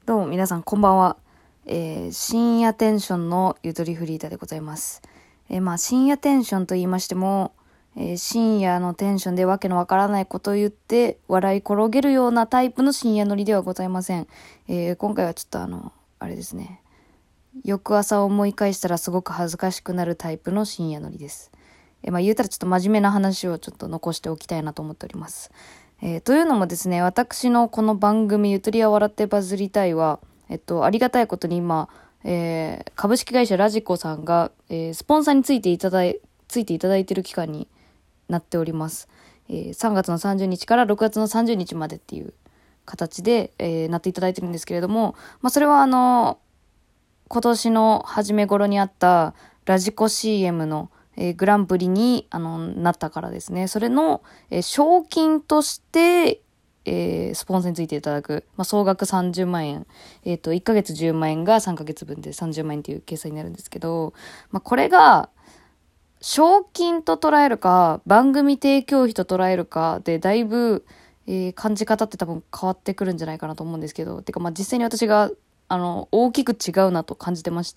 どうも皆さんこんばんは。深夜テンションのゆとりフリーターでございます。深夜テンションと言いましても、深夜のテンションでわけのわからないことを言って笑い転げるようなタイプの深夜ノリではございません。今回はちょっとあれですね。翌朝思い返したらすごく恥ずかしくなるタイプの深夜ノリです。言うたらちょっと真面目な話をちょっと残しておきたいなと思っております。というのもですね、私のこの番組ゆとりは笑ってバズりたいは、ありがたいことに今、株式会社ラジコさんが、スポンサーについていただいている期間になっております。3月の30日から6月の30日までっていう形で、なっていただいてるんですけれども、それは今年の初め頃にあったラジコ CM のグランプリになったからですね。それの、賞金として、スポンサーについていただく、総額30万円、1ヶ月10万円が3ヶ月分で30万円という計算になるんですけど、これが賞金と捉えるか番組提供費と捉えるかでだいぶ、感じ方って多分変わってくるんじゃないかなと思うんですけど、てか実際に私が大きく違うなと感じてまして、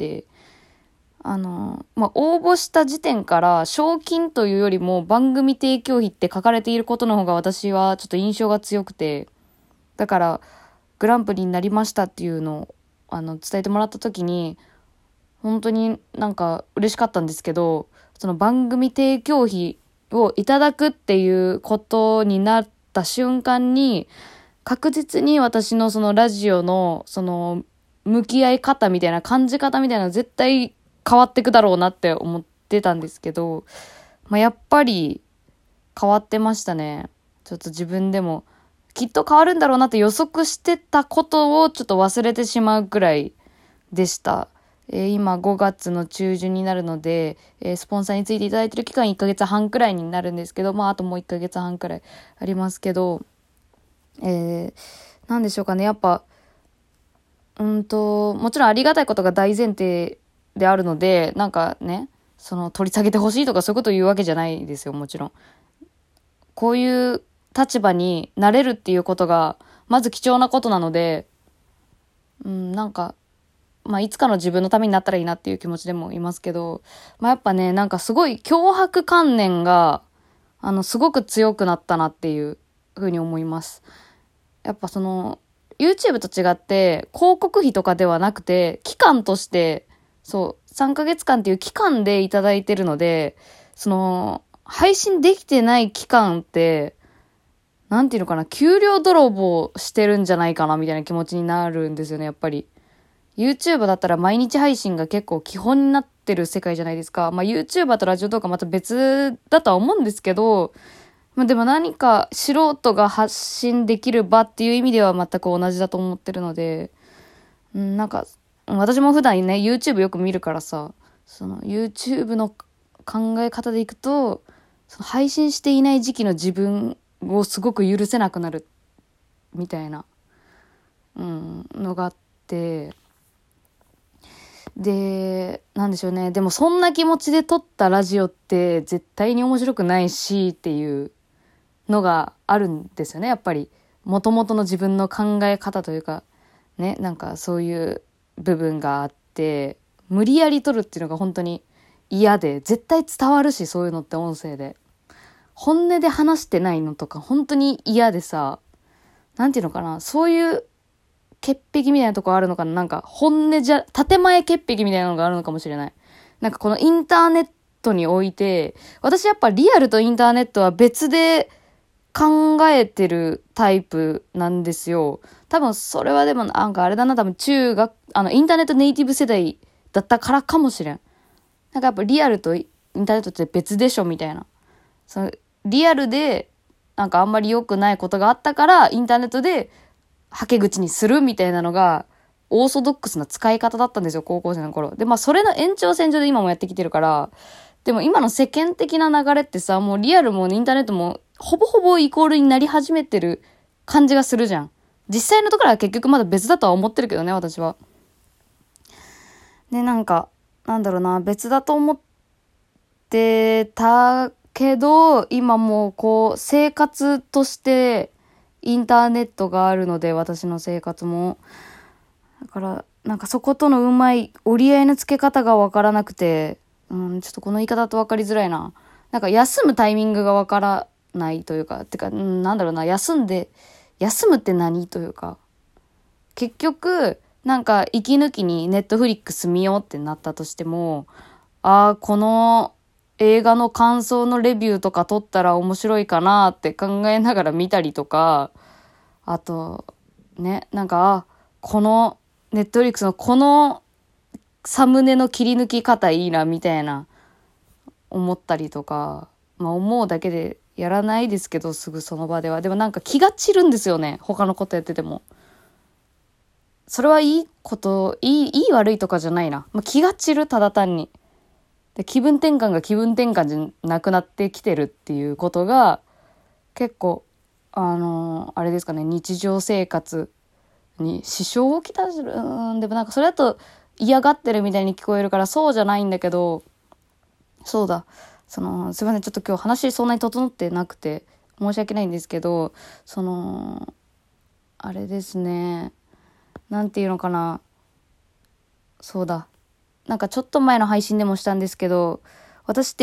応募した時点から賞金というよりも番組提供費って書かれていることの方が私はちょっと印象が強くて、だからグランプリになりましたっていうのを伝えてもらった時に本当になんか嬉しかったんですけど、その番組提供費をいただくっていうことになった瞬間に確実に私のそのラジオのその向き合い方みたいな感じ方みたいなの絶対変わってくだろうなって思ってたんですけど、やっぱり変わってましたね。ちょっと自分でもきっと変わるんだろうなって予測してたことをちょっと忘れてしまうくらいでした。今5月の中旬になるので、スポンサーについていただいている期間1ヶ月半くらいになるんですけど、あともう1ヶ月半くらいありますけど、なんでしょうかね。やっぱもちろんありがたいことが大前提であるので、なんかね、その取り下げてほしいとかそういうことを言うわけじゃないですよ、もちろん。こういう立場になれるっていうことがまず貴重なことなので、なんかいつかの自分のためになったらいいなっていう気持ちでもいますけど、やっぱね、なんかすごい脅迫観念がすごく強くなったなっていうふうに思います。やっぱその YouTube と違って広告費とかではなくて期間として3ヶ月間っていう期間でいただいてるので、その配信できてない期間ってなんていうのかな、給料泥棒してるんじゃないかなみたいな気持ちになるんですよね。やっぱり YouTube だったら毎日配信が結構基本になってる世界じゃないですか。YouTuber とラジオとかまた別だとは思うんですけど、でも何か素人が発信できる場っていう意味では全く同じだと思ってるので、なんか私も普段ね YouTube よく見るからさ、その YouTube の考え方でいくと、その配信していない時期の自分をすごく許せなくなるみたいな、のがあって、でなんでしょうね。でもそんな気持ちで撮ったラジオって絶対に面白くないしっていうのがあるんですよね。やっぱり元々の自分の考え方というかね、なんかそういう部分があって、無理やり撮るっていうのが本当に嫌で、絶対伝わるし、そういうのって音声で本音で話してないのとか本当に嫌でさ、なんていうのかな、そういう潔癖みたいなとこあるのかな。なんか本音じゃ建前潔癖みたいなのがあるのかもしれない。なんかこのインターネットにおいて、私やっぱリアルとインターネットは別で考えてるタイプなんですよ。多分それはでもなんかあれだな、多分中学インターネットネイティブ世代だったからかもしれん。なんかやっぱリアルとインターネットって別でしょみたいな。そのリアルでなんかあんまり良くないことがあったからインターネットではけ口にするみたいなのがオーソドックスな使い方だったんですよ、高校生の頃で。それの延長線上で今もやってきてるから。でも今の世間的な流れってさ、もうリアルもインターネットもほぼほぼイコールになり始めてる感じがするじゃん。実際のところは結局まだ別だとは思ってるけどね、私は。で、なんかなんだろうな、別だと思ってたけど、今もうこう生活としてインターネットがあるので、私の生活もだからなんかそことのうまい折り合いのつけ方がわからなくて、ちょっとこの言い方だとわかりづらいな。なんか休むタイミングがわからないというか、てか、なんだろうな、休むって何というか、結局なんか息抜きにネットフリックス見ようってなったとしても、この映画の感想のレビューとか撮ったら面白いかなって考えながら見たりとか、あとね、なんかこのネットフリックスのこのサムネの切り抜き方いいなみたいな思ったりとか、思うだけでやらないですけど、すぐその場では。でもなんか気が散るんですよね、他のことやってても。それはいい悪いとかじゃないな。気が散る、ただ単に。で、気分転換が気分転換じゃなくなってきてるっていうことが、結構、あれですかね、日常生活に支障をきたする。でもなんかそれだと嫌がってるみたいに聞こえるからそうじゃないんだけど、そうだ。すいません、ちょっと今日話そんなに整ってなくて申し訳ないんですけど、あれですね、なんていうのかな。そうだ。なんかちょっと前の配信でもしたんですけど、私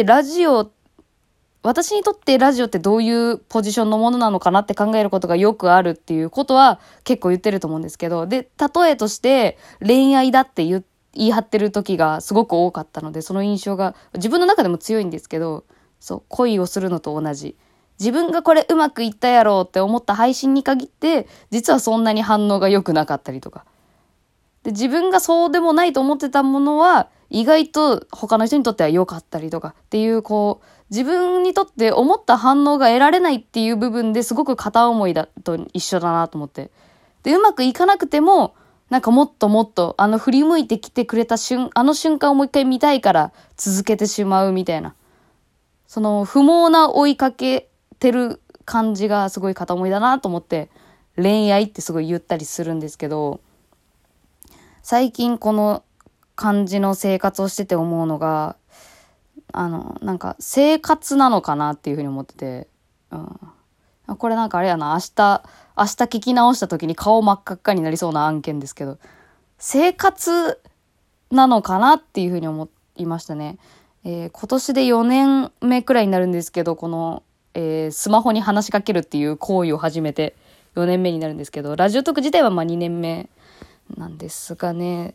にとってラジオってどういうポジションのものなのかなって考えることがよくあるっていうことは結構言ってると思うんですけど、で、例えとして恋愛だって言い張ってる時がすごく多かったので、その印象が自分の中でも強いんですけど、そう、恋をするのと同じ。自分がこれうまくいったやろうって思った配信に限って、実はそんなに反応が良くなかったりとか。で、自分がそうでもないと思ってたものは、意外と他の人にとっては良かったりとかっていう、自分にとって思った反応が得られないっていう部分ですごく片思いだと一緒だなと思って。で、うまくいかなくても、なんかもっともっと、振り向いてきてくれたあの瞬間をもう一回見たいから続けてしまうみたいな。その不毛な追いかけてる感じがすごい片思いだなと思って、恋愛ってすごい言ったりするんですけど、最近この感じの生活をしてて思うのが、なんか生活なのかなっていうふうに思ってて、これなんかあれやな、明日聞き直した時に顔真っ赤っかになりそうな案件ですけど、生活なのかなっていうふうに思いましたね。今年で4年目くらいになるんですけど、この、スマホに話しかけるっていう行為を始めて4年目になるんですけど、ラジオトーク自体は2年目なんですがね、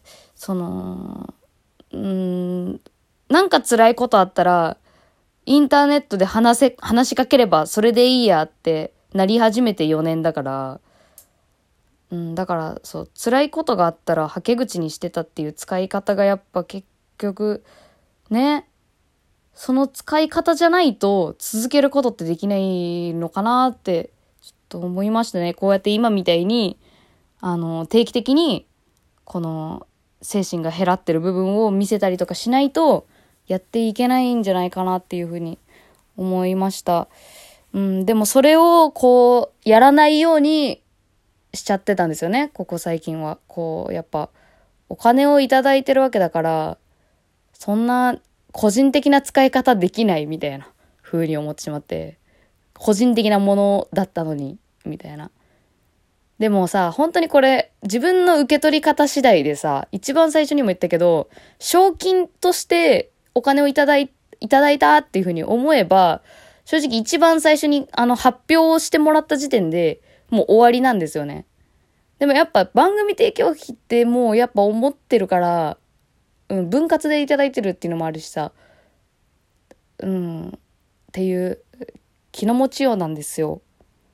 なんか辛いことあったら、インターネットで話しかければそれでいいやってなり始めて4年だから、だからそう、辛いことがあったらはけ口にしてたっていう使い方がやっぱ結局、ね、その使い方じゃないと続けることってできないのかなって、ちょっと思いましたね。こうやって今みたいに、定期的に、この精神が減らってる部分を見せたりとかしないと、やっていけないんじゃないかなっていうふうに思いました。でもそれをやらないようにしちゃってたんですよね、ここ最近は。やっぱ、お金をいただいてるわけだから、そんな個人的な使い方できないみたいな風に思ってしまって、個人的なものだったのに、みたいな。でもさ、本当にこれ、自分の受け取り方次第でさ、一番最初にも言ったけど、賞金としてお金をいただいたっていう風に思えば、正直一番最初に発表をしてもらった時点でもう終わりなんですよね。でもやっぱ番組提供費ってもうやっぱ思ってるから、分割でいただいてるっていうのもあるしさ、っていう気の持ちようなんですよ。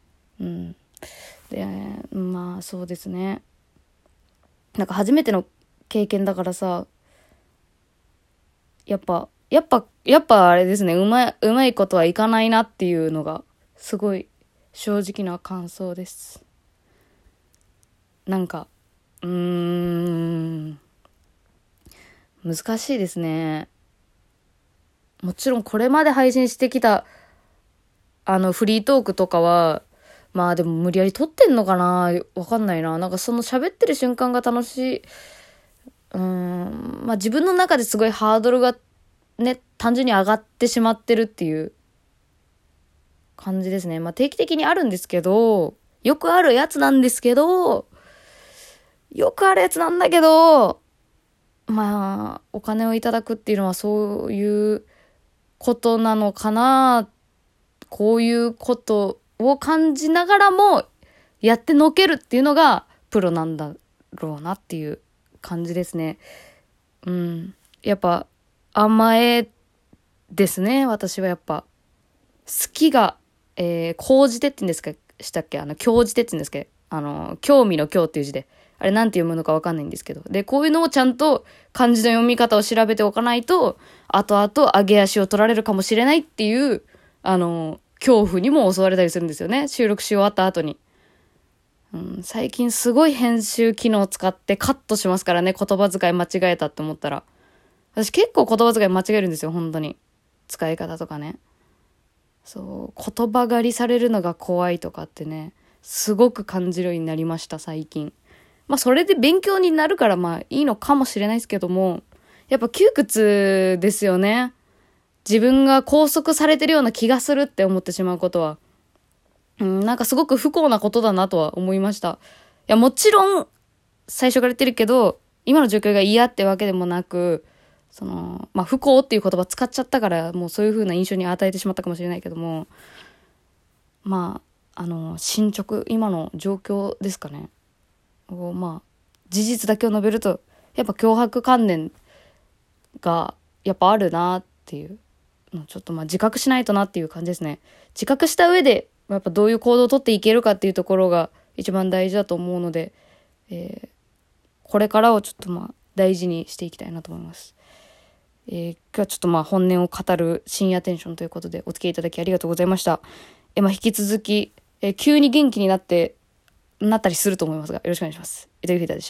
で、そうですね。なんか初めての経験だからさ、やっぱあれですね、うまいことはいかないなっていうのが、すごい正直な感想です。なんか、難しいですね。もちろんこれまで配信してきた、フリートークとかは、でも無理やり撮ってんのかな、わかんないな。なんかその喋ってる瞬間が楽しい。自分の中ですごいハードルがね、単純に上がってしまってるっていう感じですね。定期的にあるんですけど、よくあるやつなんですけど、 よくあるやつなんだけど、まあ、お金をいただくっていうのはそういうことなのかな。こういうことを感じながらもやってのけるっていうのがプロなんだろうなっていう感じですね。うん。やっぱ甘えですね。私はやっぱ好きが、興じてって言うんですか、したっけ、興じてって言うんですっけ、興味の興っていう字で。あれなんて読むのかわかんないんですけど。で、こういうのをちゃんと漢字の読み方を調べておかないと、後々上げ足を取られるかもしれないっていう、恐怖にも襲われたりするんですよね。収録し終わった後に。うん、最近すごい編集機能を使ってカットしますからね。言葉遣い間違えたって思ったら。私結構言葉遣い間違えるんですよ、本当に。使い方とかね。そう、言葉狩りされるのが怖いとかってね、すごく感じるようになりました、最近。まあ、それで勉強になるから、まあ、いいのかもしれないですけども、やっぱ窮屈ですよね。自分が拘束されてるような気がするって思ってしまうことは。うん、なんかすごく不幸なことだなとは思いました。いや、もちろん、最初から言ってるけど、今の状況が嫌ってわけでもなく、まあ、不幸っていう言葉使っちゃったから、もうそういう風な印象に与えてしまったかもしれないけども、まあ、進捗、今の状況ですかね。まあ、事実だけを述べると、やっぱ脅迫観念が、やっぱあるなっていうの、ちょっとまあ自覚しないとなっていう感じですね。自覚した上で、やっぱどういう行動をとっていけるかっていうところが一番大事だと思うので、これからをちょっとまあ大事にしていきたいなと思います。今日はちょっとまあ本音を語る深夜テンションということでお付き合いいただきありがとうございました。まあ引き続き、急に元気になったりすると思いますが、よろしくお願いします。糸井フィーターでした。